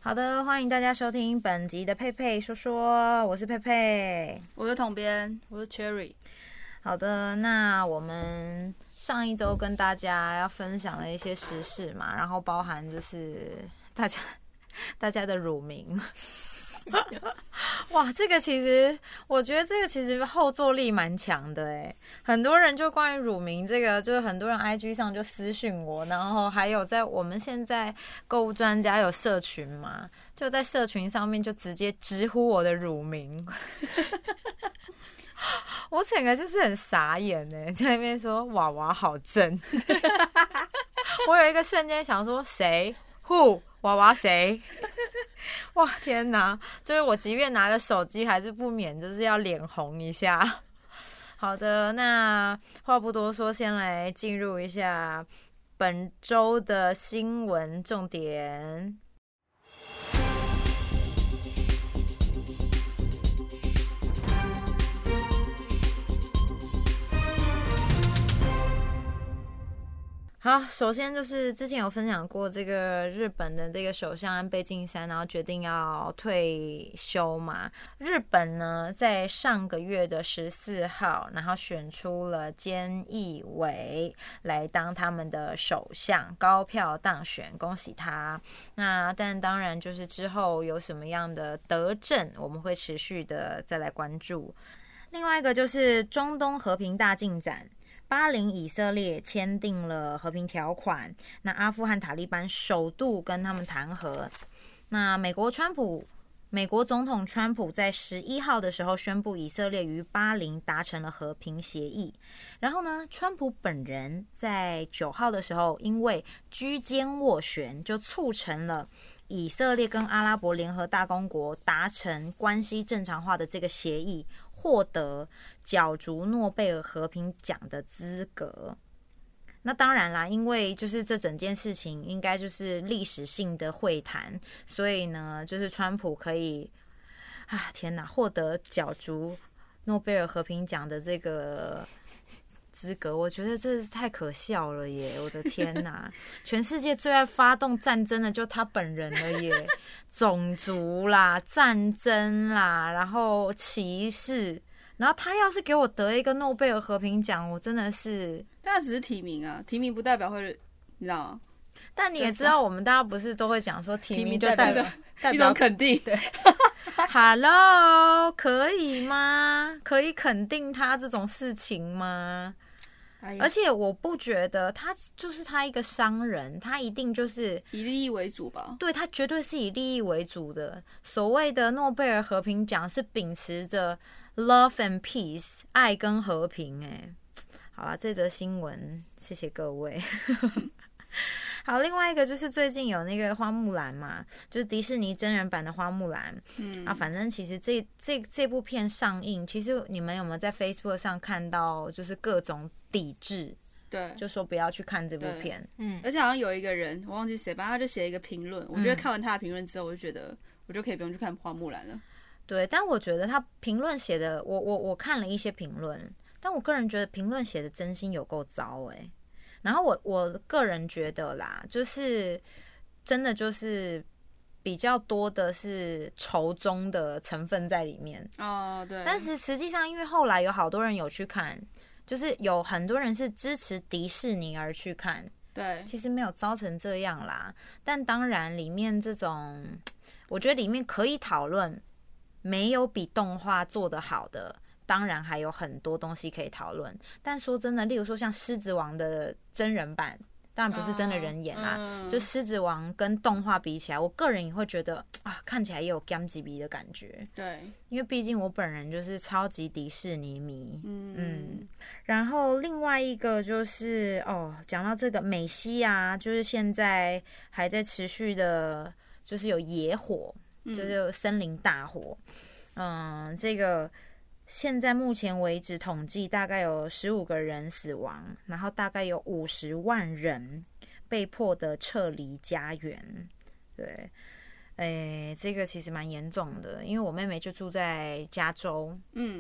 好的，欢迎大家收听本集的佩佩说说，我是佩佩， 我是统编，我是 Cherry。 好的，那我们上一周跟大家要分享了一些时事嘛，然后包含就是大家的乳名。哇，这个其实我觉得这个其实后坐力蛮强的诶，很多人就关于乳名这个，就是很多人 IG 上就私讯我，然后还有在我们现在购物专家有社群嘛，就在社群上面就直接直呼我的乳名。我整个就是很傻眼欸，在那边说娃娃好正。我有一个瞬间想说谁 who 娃娃谁？哇天哪！就是我即便拿着手机，还是不免就是要脸红一下。好的，那话不多说，先来进入一下本周的新闻重点。好，首先就是之前有分享过这个日本的这个首相安倍晋三，然后决定要退休嘛。日本呢，在上个月的14号，然后选出了菅义伟来当他们的首相，高票当选，恭喜他。那但当然就是之后有什么样的德政，我们会持续的再来关注。另外一个就是中东和平大进展。巴林以色列签订了和平条款，那阿富汗塔利班首度跟他们谈和。那美国总统川普在11号的时候宣布，以色列与巴林达成了和平协议。然后呢，川普本人在9号的时候，因为居间斡旋，就促成了以色列跟阿拉伯联合大公国达成关系正常化的这个协议，获得角逐诺贝尔和平奖的资格。那当然啦，因为就是这整件事情应该就是历史性的会谈，所以呢，就是川普可以天哪，获得角逐诺贝尔和平奖的这个资格，我觉得这太可笑了耶！我的天哪，全世界最爱发动战争的就他本人了耶，种族啦、战争啦，然后歧视。然后他要是给我得一个诺贝尔和平奖，我真的是…… 但只是提名啊，提名不代表会，你知道吗？ 但你也知道，我们大家不是都会讲说，提名就代表一种肯定。 对，Hello， 可以吗？可以肯定他这种事情吗？而且我不觉得他就是他一个商人，他一定就是以利益为主吧？ 对，他绝对是以利益为主的。所谓的诺贝尔和平奖是秉持着 love and peace 爱跟和平。好啦，这则新闻谢谢各位。好，另外一个就是最近有那个花木兰嘛，就是迪士尼真人版的花木兰。反正其实这部片上映，其实你们有没有在 Facebook 上看到，就是各种抵制？ 对， 就说不要去看这部片。 而且好像有一个人，我忘记谁吧，他就写一个评论。我觉得看完他的评论之后，我就觉得我就可以不用去看花木兰了。 对，但我觉得他评论写的，我看了一些评论，但我个人觉得评论写的真心有够糟然后我个人觉得啦，就是真的就是比较多的是仇中的成分在里面对。 但是实际上，因为后来有好多人有去看，就是有很多人是支持迪士尼而去看， 对， 其实没有糟成这样啦。但当然，里面这种我觉得里面可以讨论，没有比动画做得好的。当然还有很多东西可以讨论，但说真的，例如说像《狮子王》的真人版，当然不是真的人演啦，就《狮子王》跟动画比起来，我个人也会觉得看起来也有 gamjibi 的感觉。 对， 因为毕竟我本人就是超级迪士尼迷。然后另外一个就是讲到这个美西啊，就是现在还在持续的，就是有野火，就是有森林大火。这个。现在目前为止统计大概有15个人死亡，然后大概有50万人被迫的撤离家园。对，这个其实蛮严重的，因为我妹妹就住在加州。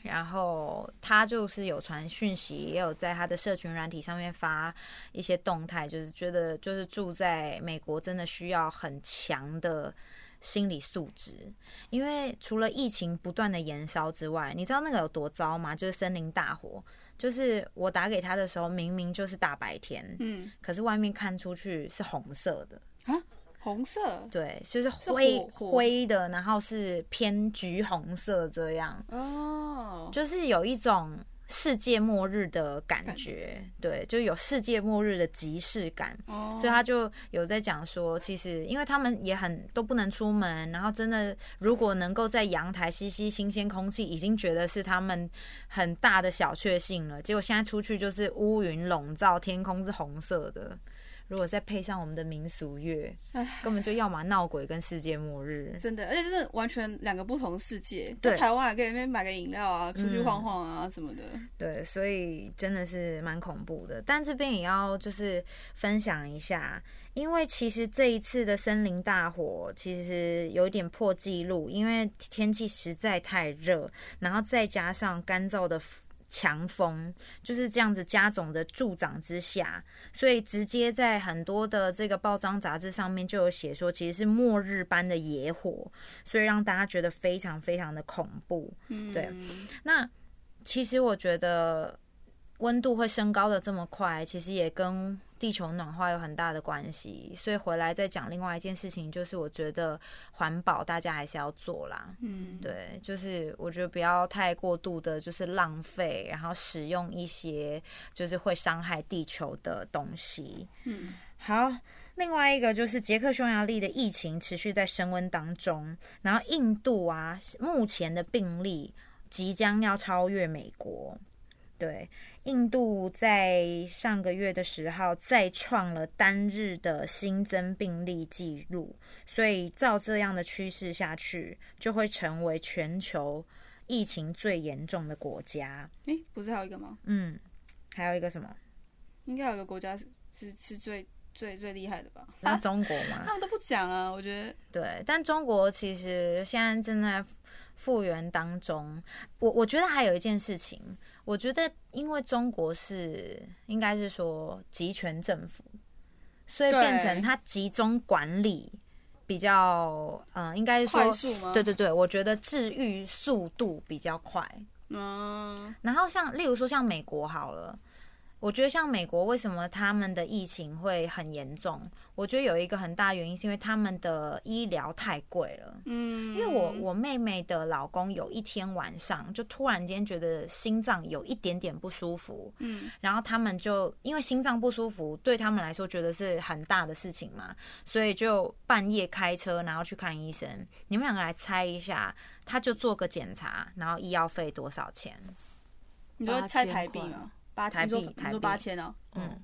然后他就是有传讯息，也有在他的社群软体上面发一些动态，就是觉得就是住在美国真的需要很强的心理素质，因为除了疫情不断的延烧之外，你知道那个有多糟吗？就是森林大火，就是我打给他的时候，明明就是大白天，可是外面看出去是红色的啊，红色， 对，就是火灰的，然后是偏橘红色这样， 哦， 就是有一种世界末日的感觉，对，就有世界末日的即视感，所以他就有在讲说，其实因为他们也都不能出门，然后真的如果能够在阳台吸吸新鲜空气，已经觉得是他们很大的小确幸了。结果现在出去就是乌云笼罩，天空是红色的。如果再配上我们的民俗乐，根本就要么闹鬼跟世界末日， 真的，而且真的完全两个不同世界。 对， 在台湾还可以那边买个饮料啊，出去晃晃啊什么的。 对，所以真的是蛮恐怖的。但这边也要就是分享一下，因为其实这一次的森林大火其实有点破纪录，因为天气实在太热，然后再加上干燥的强风，就是这样子加总的助长之下，所以直接在很多的这个报章杂志上面就有写说，其实是末日般的野火，所以让大家觉得非常非常的恐怖。对，那其实我觉得温度会升高的这么快，其实也跟地球暖化有很大的关系。所以回来再讲另外一件事情，就是我觉得环保大家还是要做啦。对，就是我觉得不要太过度的，就是浪费，然后使用一些就是会伤害地球的东西。好。另外一个就是捷克匈牙利的疫情持续在升温当中，然后印度啊，目前的病例即将要超越美国。对，印度在上个月的10号再创了单日的新增病例记录，所以照这样的趋势下去，就会成为全球疫情最严重的国家。 不是还有一个吗？ 还有一个什么？ 应该有一个国家是最厉害的吧？ 那中国吗？ 他们都不讲啊，我觉得。 对，但中国其实现在正在复原当中。我觉得还有一件事情，我觉得因为中国应该是说集权政府，所以变成它集中管理比较应该是说快速吗？ 对，我觉得治愈速度比较快。然后例如说像美国好了。我觉得像美国为什么他们的疫情会很严重？我觉得有一个很大原因是因为他们的医疗太贵了。因为我妹妹的老公有一天晚上就突然间觉得心脏有一点点不舒服，然后他们就因为心脏不舒服对他们来说觉得是很大的事情嘛，所以就半夜开车然后去看医生。你们两个来猜一下，他就做个检查，然后医药费多少钱？ 你说猜台币吗？ 台币你说8000哦。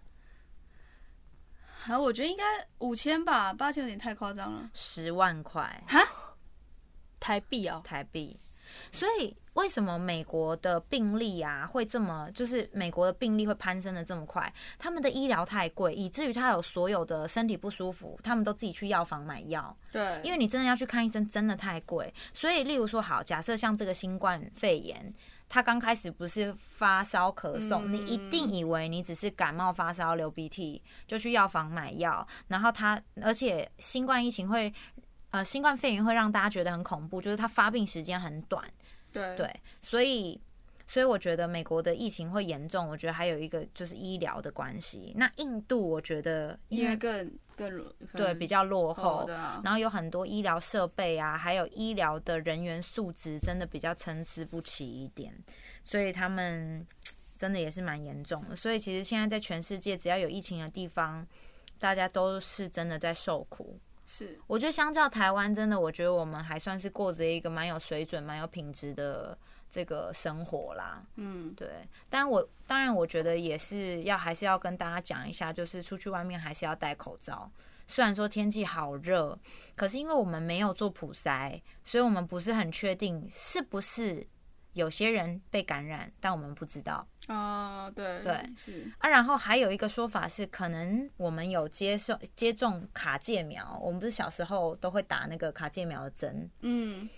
我觉得应该5000吧，8000有点太夸张了。 10万块哈？ 台币哦， 台币。所以为什么美国的病例啊会这么，就是美国的病例会攀升的这么快？他们的医疗太贵，以至于他有所有的身体不舒服，他们都自己去药房买药。 对， 因为你真的要去看医生，真的太贵。所以，例如说，好，假设像这个新冠肺炎。他刚开始不是发烧咳嗽，你一定以为你只是感冒发烧流鼻涕，就去药房买药。然后而且新冠疫情新冠肺炎会让大家觉得很恐怖，就是它发病时间很短。对，所以我觉得美国的疫情会严重，我觉得还有一个就是医疗的关系。那印度我觉得因为更对比较落后， 然后有很多医疗设备啊，还有医疗的人员素质真的比较参差不齐一点，所以他们真的也是蛮严重的。所以其实现在在全世界只要有疫情的地方，大家都是真的在受苦。 是， 我觉得相较台湾，真的我觉得我们还算是过着一个蛮有水准、蛮有品质的这个生活啦。对。当然我觉得也是还是要跟大家讲一下，就是出去外面还是要戴口罩。虽然说天气好热，可是因为我们没有做普筛，所以我们不是很确定是不是有些人被感染，但我们不知道。 对，是啊。然后还有一个说法是，可能我们有接种卡介苗，我们不是小时候都会打那个卡介苗的针。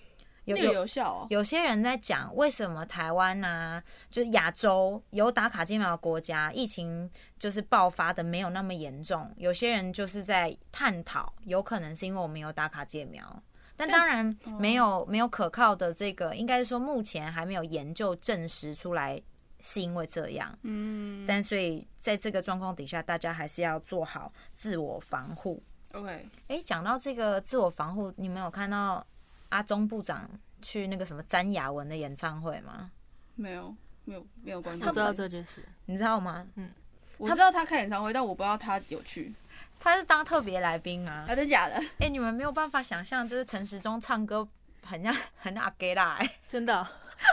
那个有效哦。 有些人在讲为什么台湾啊，就是亚洲有打卡疫苗的国家，疫情就是爆发的没有那么严重。有些人就是在探讨，有可能是因为我们有打卡疫苗。但当然没有可靠的这个，应该是说目前还没有研究证实出来是因为这样。但所以在这个状况底下，大家还是要做好自我防护。 OK， 讲到这个自我防护，你们有看到阿中部长去那个什么詹雅文的演唱会吗？ 没有关注。 我知道这件事， 你知道吗？ 我知道他开演唱会，但我不知道他有去。 他是当特别来宾啊！ 真的假的？ 你们没有办法想象，就是陈时中唱歌很阿给啦， 真的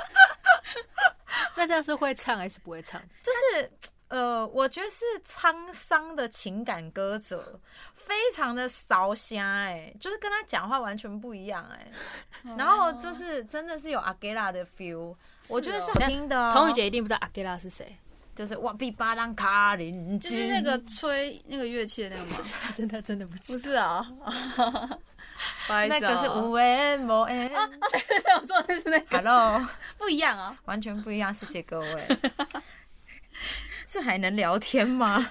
那这样是会唱还是不会唱？ 就是我觉得是沧桑的情感歌者，非常的烧瞎就是跟他讲话完全不一样然后就是真的是有阿给拉的 feel，我觉得是好听的童宇姐一定不知道阿给拉是谁。 就是哇比巴朗卡林， 就是那个吹那个乐器的那个吗？ 真的不知道。 不是啊，不好意思那个是无 N 无 N， 对，我做的是那个 ，Hello， 不一样啊， 完全不一样，谢谢各位。这还能聊天吗？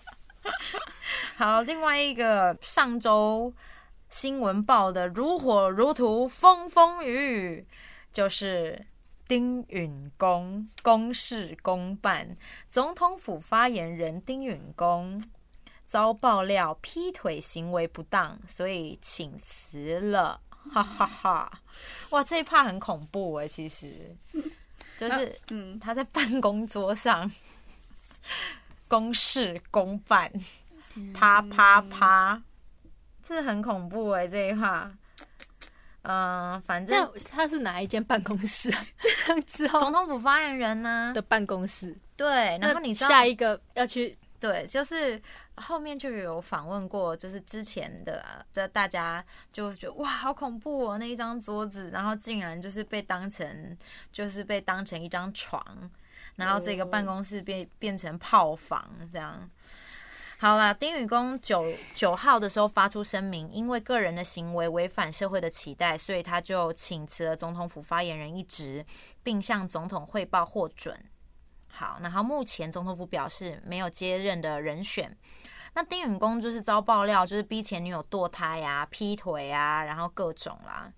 好，另外一个上周新闻报的如火如荼风风雨雨，就是丁允恭公事公办，总统府发言人丁允恭遭爆料劈腿行为不当，所以请辞了，哈哈哈！哇，这一趴很恐怖其实就是他在办公桌上公事公办，啪啪啪，这很恐怖这一趴。反正他是哪一间办公室啊？之后总统府发言人呢的办公室。 对，然后你知道下一个要去， 对，就是后面就有访问过，就是之前的大家就觉得哇好恐怖那一张桌子，然后竟然就是被当成一张床，然后这个办公室变成炮房这样。好啦，丁允恭9号的时候发出声明，因为个人的行为违反社会的期待，所以他就请辞了总统府发言人一职，并向总统汇报获准。好，然后目前总统府表示没有接任的人选。那丁允恭就是遭爆料，就是逼前女友堕胎啊、劈腿啊，然后各种啦。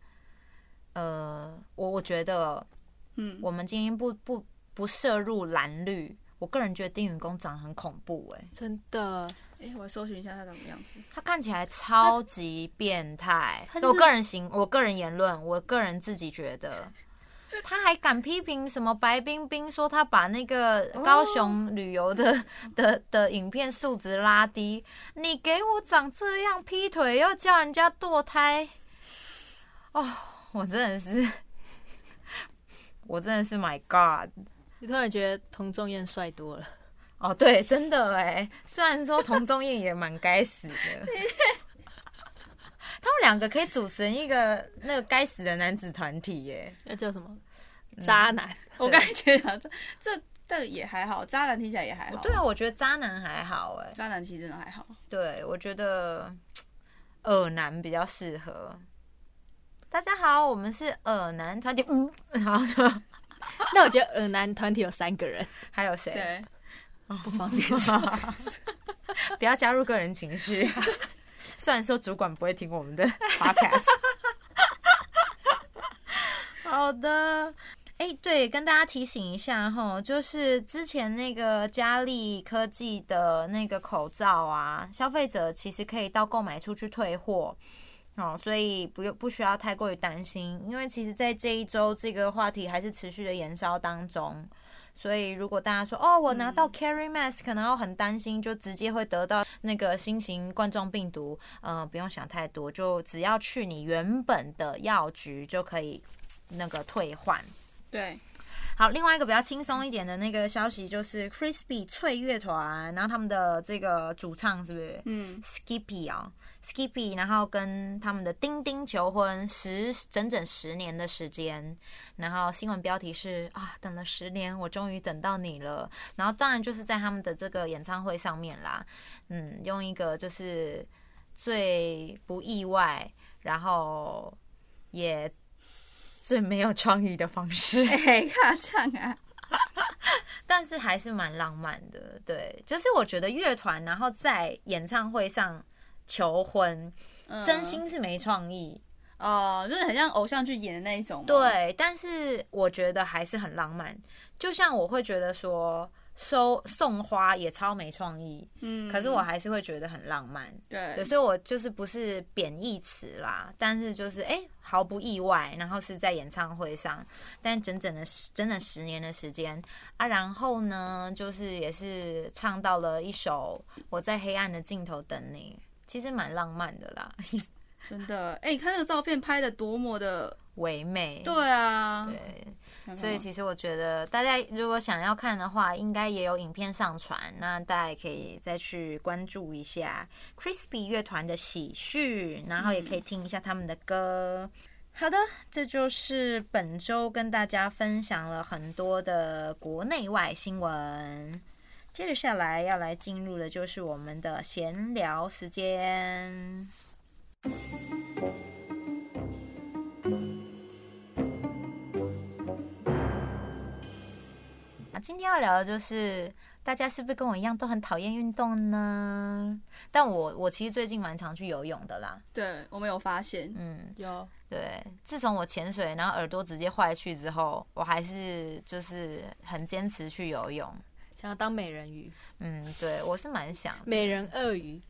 我觉得，我们今天不涉入蓝绿。我个人觉得丁允恭长得很恐怖真的。 我搜寻一下他长什么样子。 他看起来超级变态。 就是、 我个人言论，我个人自己觉得，他还敢批评什么白冰冰，说他把那个高雄旅游的影片素质拉低。你给我长这样，劈腿又叫人家堕胎，我真的是 My God。 你突然觉得童仲彦帅多了。 对，真的虽然说童仲彦也蛮该死的，他们两个可以组成一个那个该死的男子团体那叫什么？渣男。 我刚才觉得这也还好，渣男听起来也还好。 对啊，我觉得渣男还好渣男其实真的还好。 对，我觉得耳男比较适合。大家好，我们是耳男团体。好说。 那我觉得耳男团体有3个人， 还有谁？ 不方便说， 不要加入个人情绪。虽然说主管不会听我们的 podcast。好的，对，跟大家提醒一下就是之前那个嘉利科技的那个口罩啊，消费者其实可以到购买处去退货。所以不需要太过于担心，因为其实在这一周这个话题还是持续的延烧当中，所以如果大家说我拿到 Carry Mask 可能要很担心，就直接会得到那个新型冠状病毒，不用想太多，就只要去你原本的药局就可以那个退换。 对。 好，另外一个比较轻松一点的那个消息就是 Crispy 脆乐团，然后他们的这个主唱是不是Skippy 然后跟他们的丁丁求婚整整10年的时间，然后新闻标题是等了10年，我终于等到你了。然后当然就是在他们的这个演唱会上面啦，用一个就是最不意外，然后也最没有创意的方式。 干嘛这样啊？ 但是还是蛮浪漫的，对，就是我觉得乐团然后在演唱会上求婚，真心是没创意。 就是很像偶像剧演的那一种。 对，但是我觉得还是很浪漫。就像我会觉得说送花也超没创意，可是我还是会觉得很浪漫。 对， 所以我就是不是贬义词啦，但是就是毫不意外，然后是在演唱会上，但整整10年的时间啊，然后呢，就是也是唱到了一首《我在黑暗的尽头等你》，其实蛮浪漫的啦。 真的，你看那个照片拍的多么的唯美。 对啊， 对，所以其实我觉得大家如果想要看的话，应该也有影片上传，那大家也可以再去关注一下 Crispy 乐团的喜讯，然后也可以听一下他们的歌。好的，这就是本周跟大家分享了很多的国内外新闻。接着下来要来进入的就是我们的闲聊时间。今天要聊的就是大家是不是跟我一样都很讨厌运动呢？但我其实最近蛮常去游泳的啦。 对，我们有发现， 有。 对，自从我潜水然后耳朵直接坏去之后，我还是就是很坚持去游泳。 想要当美人鱼。 对，我是蛮想的。 美人鳄鱼。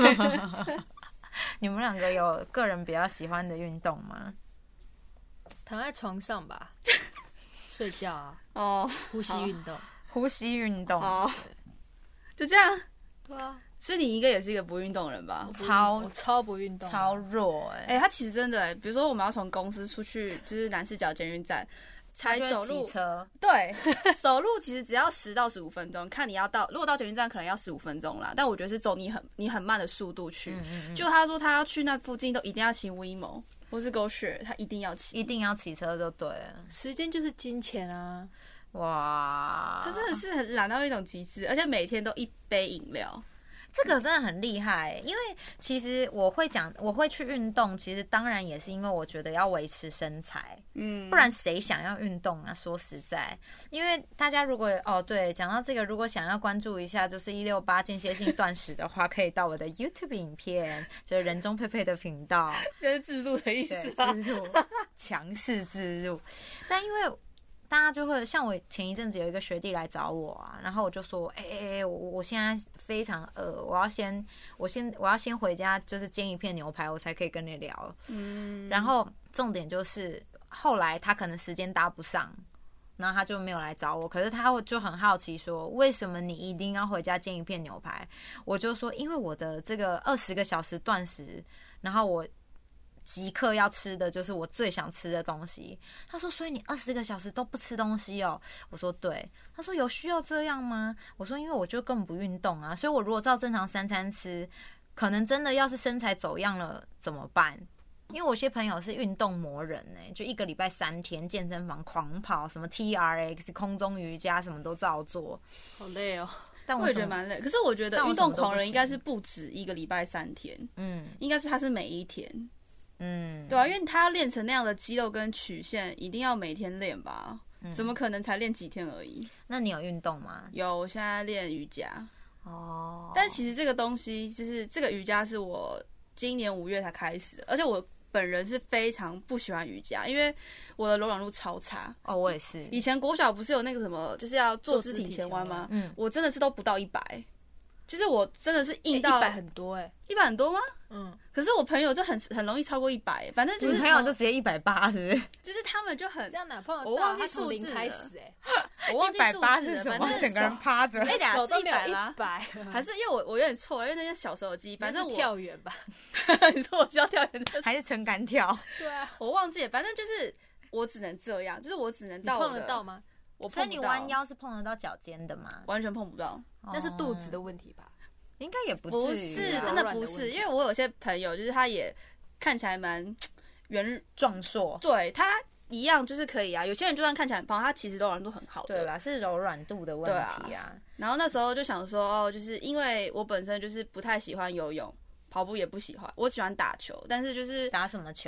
你们两个有个人比较喜欢的运动吗？ 躺在床上吧，睡觉啊。 呼吸运动。 呼吸运动。 就这样。 对啊。 所以你应该也是一个不运动的人吧？ 我超不运动， 超弱。 他其实真的比如说我们要从公司出去，就是南市角捷运站。才走路， 骑车， 对，走路其实只要10到15分钟，看你要到，如果到捷运站可能要15分钟啦，但我觉得是走你很慢的速度去。就他说他要去那附近都一定要骑 WeMo 或是 GoShare， 他一定要骑车就对了。 时间就是金钱啊！ 哇， 他真的是很懒到一种极致，而且每天都1杯饮料。 这个真的很厉害，因为其实我会去运动，其实当然也是因为我觉得要维持身材，不然谁想要运动啊？说实在，因为大家如果对，讲到这个，如果想要关注一下就是168间歇性断食的话，可以到我的 YouTube 影片，就是人中佩佩的频道， 这是自入的意思啊，自入，强势自入，但因为。大家就会像我前一阵子有一个学弟来找我啊，然后我就说，我现在非常饿，我要先回家，就是煎一片牛排，我才可以跟你聊。然后重点就是后来他可能时间搭不上，然后他就没有来找我。可是他就很好奇说，为什么你一定要回家煎一片牛排？我就说，因为我的这个20个小时断食，然后我即刻要吃的就是我最想吃的东西。他说，所以你20个小时都不吃东西哦？我说对。他说有需要这样吗？我说因为我就根本不运动啊，所以我如果照正常3餐吃，可能真的要是身材走样了怎么办？因为我有些朋友是运动魔人就1个礼拜3天健身房狂跑，什么 TRX 空中瑜伽什么都照做， 好累哦。 但我也觉得蛮累。可是我觉得运动狂人应该是不止1个礼拜3天，应该是他是每一天。对啊，因为他要练成那样的肌肉跟曲线，一定要每天练吧？怎么可能才练几天而已？ 那你有运动吗？ 有，我现在练瑜伽。但其实这个东西就是这个瑜伽是我今年5月才开始的，而且我本人是非常不喜欢瑜伽，因为我的柔软度超差。 我也是。 以前国小不是有那个什么，就是要做肢体前弯吗？我真的是都不到100。就是我真的是硬到 100很多 100很多吗？可是我朋友就很容易超过100，反正就是你朋友就直接180，是不是？ 就是他们就很这样哪碰得到？ 我忘记数字了，我忘记数字了， 反正整个人趴着， 手都没有100吗？还是因为我有点错了，因为那些小时候记忆，反正我跳远吧？ 你说我知道跳远的， 还是撑杆跳？ 对啊， 我忘记了，反正就是我只能这样，就是我只能到。 你碰得到吗？ 我碰不到。 所以你弯腰是碰得到脚尖的吗？ 完全碰不到， 那是肚子的问题吧？ 应该也不至于， 是真的不是，因为我有些朋友就是他也看起来蛮圆壮硕， 对他一样就是可以啊。有些人就算看起来很胖，他其实柔软度很好的。 对啦，是柔软度的问题啊。 然后那时候就想说，就是因为我本身就是不太喜欢游泳，跑步也不喜欢，我喜欢打球，但是就是打什么球？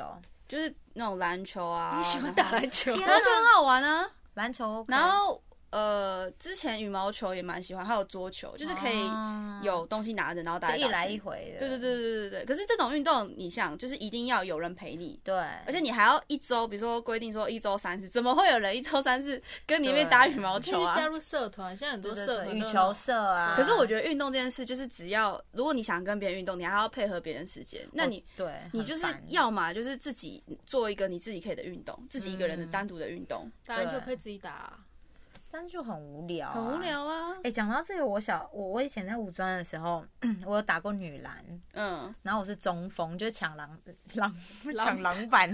就是那种篮球啊。 你喜欢打篮球？ 篮球很好玩啊， 篮球。 然后之前羽毛球也蛮喜欢，还有桌球，就是可以有东西拿着，然后打一来一回的。 对。可是这种运动，你想，就是一定要有人陪你， 对， 而且你还要一周，比如说规定说1周3次，怎么会有人1周3次跟你那边打羽毛球啊？ 加入社团，现在很多社团， 羽球社啊。 可是我觉得运动这件事，就是只要如果你想跟别人运动，你还要配合别人时间，那你你就是要嘛，就是自己做一个你自己可以的运动，自己一个人的单独的运动。 打篮球可以自己打啊。 但是就很无聊， 很无聊啊！ 讲到这个，我以前在五专的时候，我有打过女篮，然后我是中锋，就是抢篮板。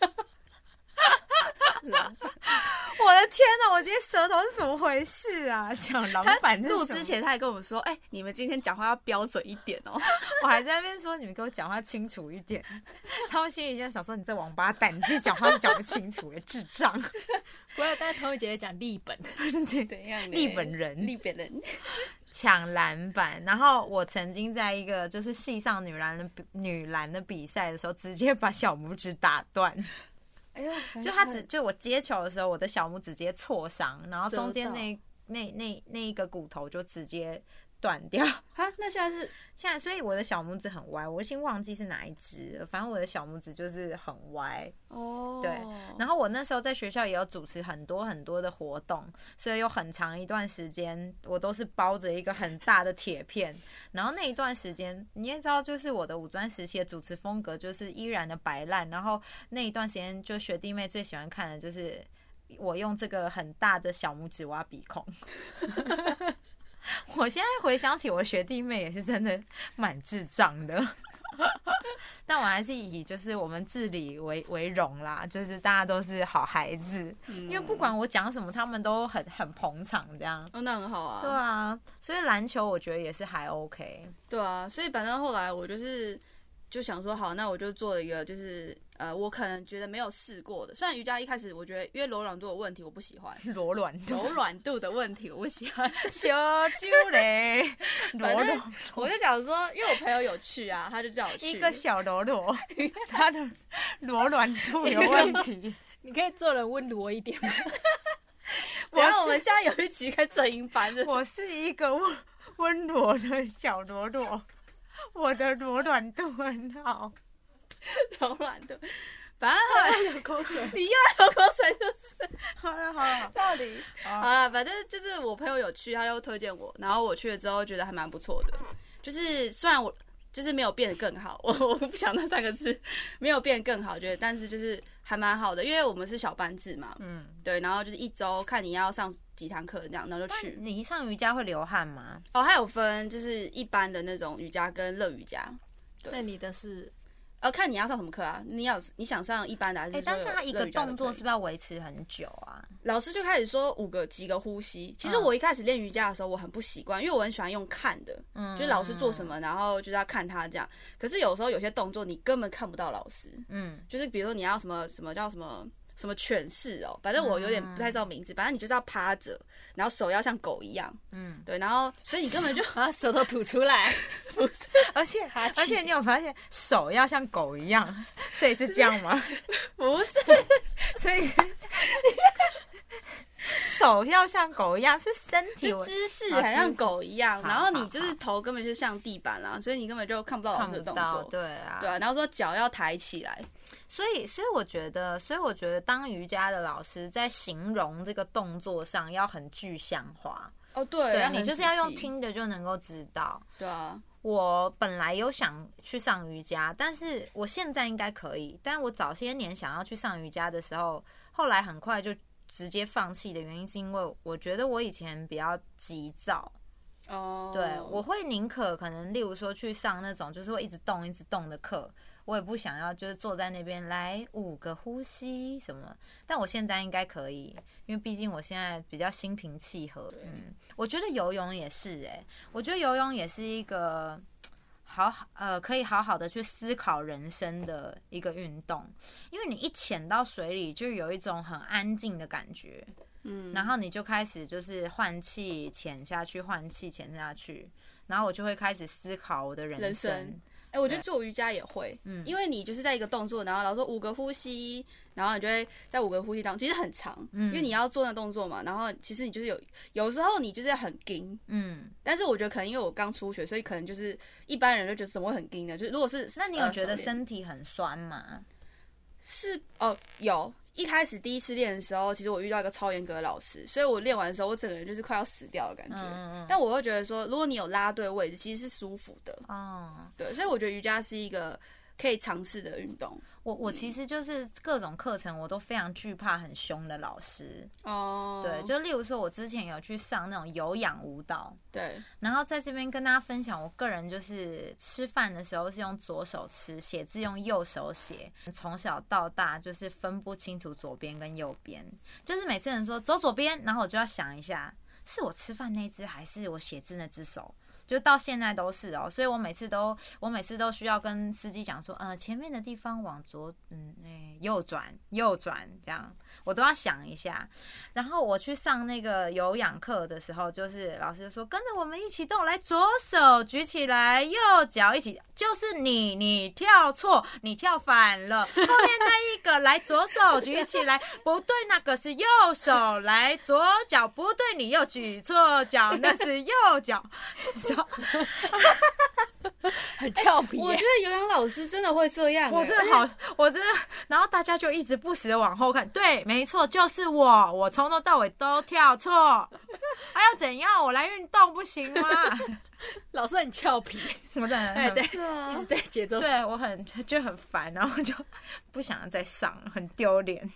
我的天哪！我今天舌头是怎么回事啊？抢篮板！ 录之前他还跟我们说：“你们今天讲话要标准一点哦。” 我还在那边说：“你们给我讲话清楚一点。”他们心里就想说：“你这王八蛋，你自己讲话都讲不清楚，智障。” 不要刚才同一姐讲立本， 怎样？ 立本人抢篮板。然后我曾经在一个就是系上女篮的比赛的时候，直接把小拇指打断。 哎呦！ 就我接球的时候，我的小拇指直接挫伤，然后中间那一个骨头就直接断掉。 那现在， 所以我的小拇指很歪，我已经忘记是哪一只了。反正我的小拇指就是很歪。对。然后我那时候在学校也有主持很多很多的活动，所以有很长一段时间我都是包着一个很大的铁片。然后那一段时间你也知道，就是我的五专时期的主持风格就是依然的摆烂。然后那一段时间就学弟妹最喜欢看的就是我用这个很大的小拇指挖鼻孔。我现在回想起我学弟妹也是真的蛮智障的。但我还是以就是我们治理为荣啦，就是大家都是好孩子，因为不管我讲什么，他们都很捧场这样。 那很好啊。 对啊，所以篮球我觉得也是还 OK。 对啊，所以反正后来我就想说，好，那我就做了一个就是我可能觉得没有试过的。虽然瑜伽一开始我觉得因为柔软度的问题我不喜欢，柔软度的问题我不喜欢， 小酒嘞， 我就想说，因为我朋友有去啊，他就叫我去一个小罗，他的柔软度有问题。 你可以做人温柔一点吗？ 然后我们现在有一集开正音班的， 我是一个温柔的小罗，我的柔软度很好。 柔软度，反正后来流口水， 你又要流口水是不是？ 好了， 到底好了，反正就是我朋友有去，他又推荐我，然后我去了之后觉得还蛮不错的。就是虽然我就是没有变得更好，我不想那3个字，没有变得更好，觉得但是就是还蛮好的，因为我们是小班制嘛，对，然后就是1周看你要上几堂课这样，然后就去。 你上瑜伽会流汗吗？ 还有分就是一般的那种瑜伽跟乐瑜伽。 那你的是？ 看你要上什么课啊？你想上一般的还是说但是他一个动作是不是要维持很久啊？ 老师就开始说几个呼吸。其实我一开始练瑜伽的时候，我很不习惯，因为我很喜欢用看的，就是老师做什么，然后就是要看他这样。可是有时候有些动作你根本看不到老师，就是比如说你要什么叫什么犬式哦，反正我有点不太知道名字，反正你就是要趴着，然后手要像狗一样，对，然后所以你根本就把手都吐出来， 不是， 而且你有发现手要像狗一样，所以是这样吗？ 不是， 所以手要像狗一样，是身体姿势还像狗一样，然后你就是头根本就像地板啦，所以你根本就看不到老师的动作， 对啊， 然后说脚要抬起来。 所以我觉得当瑜伽的老师在形容这个动作上要很具象化。 对， 你就是要用听的就能够知道。 对啊， 我本来有想去上瑜伽，但是我现在应该可以。但我早些年想要去上瑜伽的时候，后来很快就直接放弃的原因，是因为我觉得我以前比较急躁。对，我会宁可可能例如说去上那种就是会一直动的课，我也不想要就是坐在那边来5个呼吸什么。但我现在应该可以，因为毕竟我现在比较心平气和。我觉得游泳也是我觉得游泳也是一个可以好好的去思考人生的一个运动，因为你一潜到水里就有一种很安静的感觉。然后你就开始就是换气潜下去，换气潜下去，然后我就会开始思考我的人生。 我觉得做瑜伽也会，因为你就是在一个动作，然后老师说5个呼吸，然后你就会在5个呼吸当中，其实很长，因为你要做那个动作嘛，然后其实你就是有时候你就是很硬，但是我觉得可能因为我刚初学，所以可能就是一般人就觉得怎么会很硬呢？就是如果是那你有觉得身体很酸吗？ 是有。一开始第一次练的时候，其实我遇到一个超严格的老师，所以我练完的时候，我整个人就是快要死掉的感觉。但我会觉得说，如果你有拉对位置，其实是舒服的。对，所以我觉得瑜伽是一个可以尝试的运动。 我其实就是各种课程我都非常惧怕很凶的老师。对，就例如说我之前有去上那种有氧舞蹈， 对， 然后在这边跟大家分享，我个人就是吃饭的时候是用左手吃，写字用右手写，从小到大就是分不清楚左边跟右边，就是每次人说走左边，然后我就要想一下，是我吃饭那只还是我写字那只手。就到现在都是所以我每次都需要跟司机讲说，前面的地方往左，右转这样，我都要想一下。然后我去上那个有氧课的时候，就是老师说跟着我们一起动，来左手举起来，右脚一起，就是你跳错，你跳反了，后面那一个来左手举起来，不对，那个是右手，来左脚不对，你又举错脚，那是右脚。 很俏皮。 我觉得有氧老师真的会这样， 我真的，然后大家就一直不时的往后看，对，没错，就是我从头到尾都跳错，还要怎样？我来运动不行吗？ 老师很俏皮， 我真的一直在节奏上， 对我就很烦，然后就不想再上，很丢脸。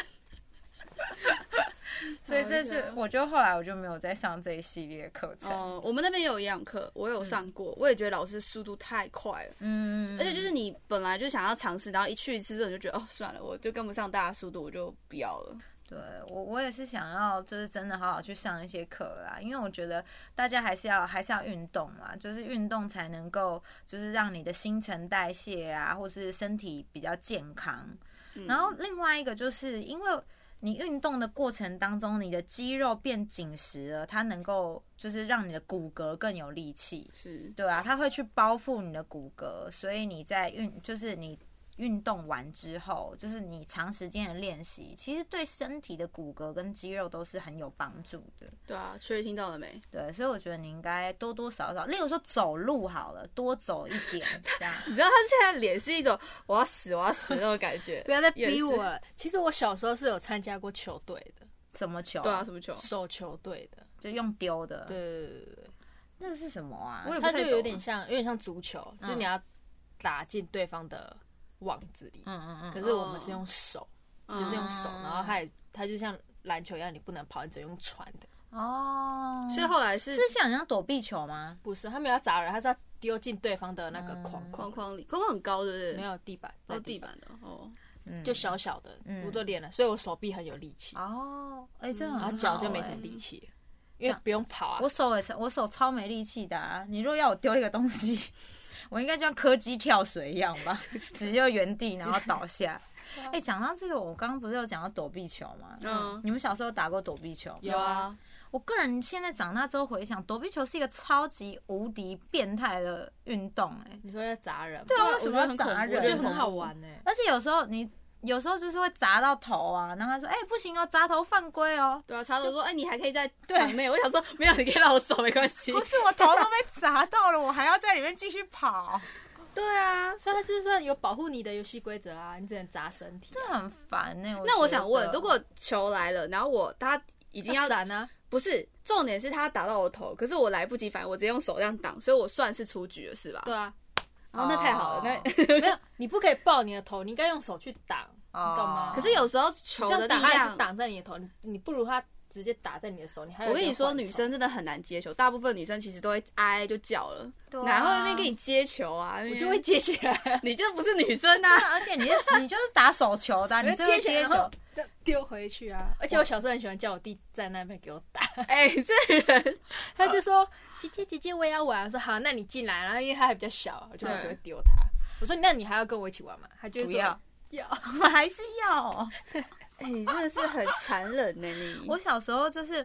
所以我就后来我就没有再上这一系列课程。 我们那边也有营养课，我有上过，我也觉得老师速度太快了，而且就是你本来就想要尝试，然后一去一次之后你就觉得算了，我就跟不上大家速度，我就不要了。 对，我也是想要就是真的好好去上一些课啦，因为我觉得大家还是要运动啦，就是运动才能够就是让你的新陈代谢啊，或是身体比较健康。然后另外一个就是因为你运动的过程当中，你的肌肉变紧实了，它能够就是让你的骨骼更有力气， 是对啊，它会去包覆你的骨骼，所以你在就是你运动完之后，就是你长时间的练习，其实对身体的骨骼跟肌肉都是很有帮助的。 对啊，确实听到了没？ 对，所以我觉得你应该多多少少，例如说走路好了，多走一点这样。 你知道他现在脸是一种我要死那种感觉。 不要再逼我了。其实我小时候是有参加过球队的。 什么球？ 对啊，什么球？ 手球队的， 就用丢的。 对。 那个是什么啊？ 我也不太懂。它就有点像足球，就是你要打进对方的网子里。可是我们是用手，就是用手，然后它就像篮球一样，你不能跑，你只能用传的。 所以后来是像躲避球吗？ 不是，他没有要砸人，他是要丢进对方的那个框里。框很高，对不对？ 没有地板， 在地板的就小小的，我都练了，所以我手臂很有力气。 这样， 然后脚就没什么力气，因为不用跑啊。 我手超没力气的啊！你如果要我丢一个东西，我应该就像柯基跳水一样吧，直接原地然后倒下。讲到这个，我刚刚不是有讲到躲避球吗？你们小时候打过躲避球？ 有啊。 我个人现在长大之后回想，躲避球是一个超级无敌变态的运动。 你说要砸人？ 对啊，为什么要砸人？ 我觉得很好玩而且有时候就是会砸到头啊，然后他说不行哦，砸头犯规哦。 对啊，查头说你还可以在场内。我想说没有，你可以让我走没关系。 不是，我头都被砸到了，我还要在里面继续跑。 对啊， 所以它就是有保护你的游戏规则啊，你只能砸身体。 这很烦那我想问，如果球来了，然后他已经要闪啊？ 不是，重点是他打到我头，可是我来不及反应，我直接用手这样挡，所以我算是出局了，是吧？ 对啊。 那太好了， 没有，你不可以抱你的头，你应该用手去挡，你懂吗？ 可是有时候球的力量是挡在你的头，你不如他直接打在你的手。 我跟你说，女生真的很难接球，大部分女生其实都会哀就叫了，哪会那边给你接球啊？ 我就会接起来， 你就不是女生啊！ 而且你就是打手球的，你接接球丢回去啊！而且我小时候很喜欢叫我弟在那边给我打， 这人他就说姐姐我也要玩，我说好，那你进来，然后因为他还比较小，我就开始会丢他。我说那你还要跟我一起玩吗？他就说要， 我还是要。 你真的是很残忍呢！你我小时候就是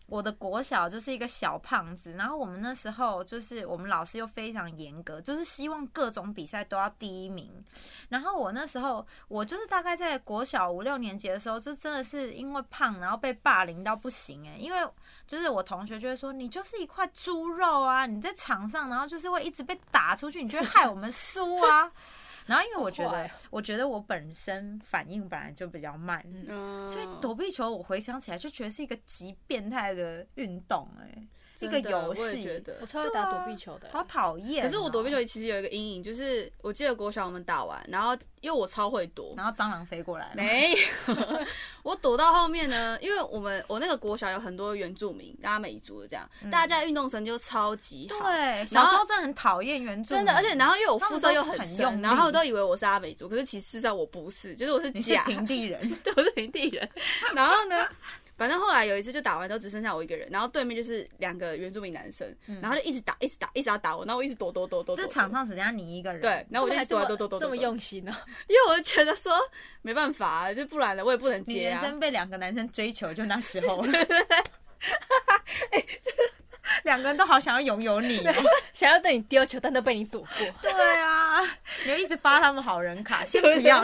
我的国小就是一个小胖子，然后我们那时候就是我们老师又非常严格，就是希望各种比赛都要第一名。然后我那时候我就是大概在国小5、6年级的时候，就真的是因为胖，然后被霸凌到不行因为就是我同学就会说你就是一块猪肉啊，你在场上然后就是会一直被打出去，你就会害我们输啊。然后因为我觉得我本身反应本来就比较慢，所以躲避球我回想起来就觉得是一个极变态的运动一个游戏。 我超爱打躲避球的， 好讨厌。 可是我躲避球其实有一个阴影，就是我记得国小我们打完，然后因为我超会躲， 然后蟑螂飞过来， 没有，我躲到后面呢，因为我那个国小有很多原住民，阿美族的这样，大家运动神就超级好。 对，小时候真的很讨厌原住民， 真的，而且然后因为我肤色又很深，然后他们都以为我是阿美族，可是其实事实上我不是，就是我是假平地人， 对，我是平地人。然后呢？反正后来有一次就打完之后只剩下我一个人，然后对面就是2个原住民男生，然后就一直要打我，然后我一直躲。 这场上只剩下你一个人， 对，然后我就一直躲， 这么用心呢？ 因为我就觉得说没办法，就不然了我也不能接啊。 你人生被2个男生追求就那时候，对，2个人都好想要拥有你， 想要对你丢球，但都被你躲过。 对啊，你就一直发他们好人卡，先不要。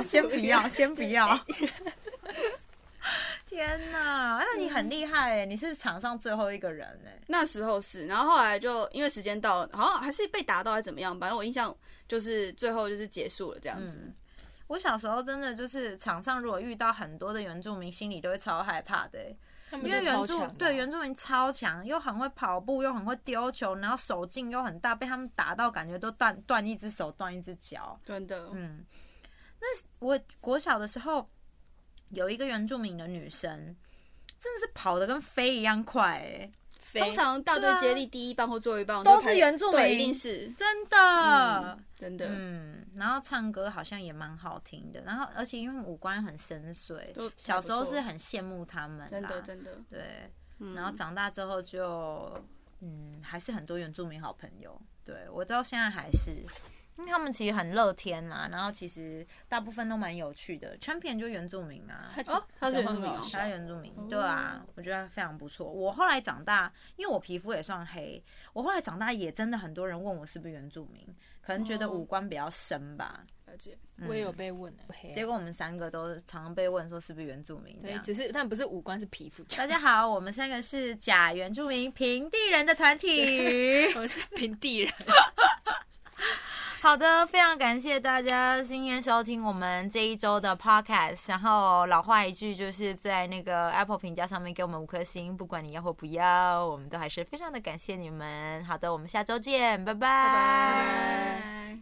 天哪，那你很厉害你是场上最后一个人那时候是，然后后来就因为时间到了，好像还是被打到还是怎么样，反正我印象就是最后就是结束了这样子。 我小时候真的就是场上如果遇到很多的原住民，心里都会超害怕的因为原住民超强，又很会跑步，又很会丢球，然后手劲又很大，被他们打到感觉都断一只手，断一只脚， 真的。 那我国小的时候有一个原住民的女生，真的是跑得跟飞一样快通常大队接力第一棒或最后一棒都是原住民， 对，一定是真的， 真的。 然后唱歌好像也蛮好听的，然后而且因为五官很深邃，小时候是很羡慕他们啦， 真的， 对。然后长大之后就还是很多原住民好朋友，对我到现在还是。因为他们其实很乐天啦，然后其实大部分都蛮有趣的。Champion 就原住民啊， 他是原住民他是原住民，对啊，我觉得非常不错。我后来长大，因为我皮肤也算黑，我后来长大也真的很多人问我是不是原住民，可能觉得五官比较深吧。 了解， 我也有被问结果我们3个都常常被问说是不是原住民这样， 但不是五官是皮肤。 大家好，我们3个是假原住民平地人的团体， 我是平地人。 好的，非常感谢大家今天收听我们这一周的 podcast。然后老话一句，就是在那个 Apple 评价上面给我们5颗星，不管你要或不要，我们都还是非常的感谢你们。好的，我们下周见，拜拜。 拜拜。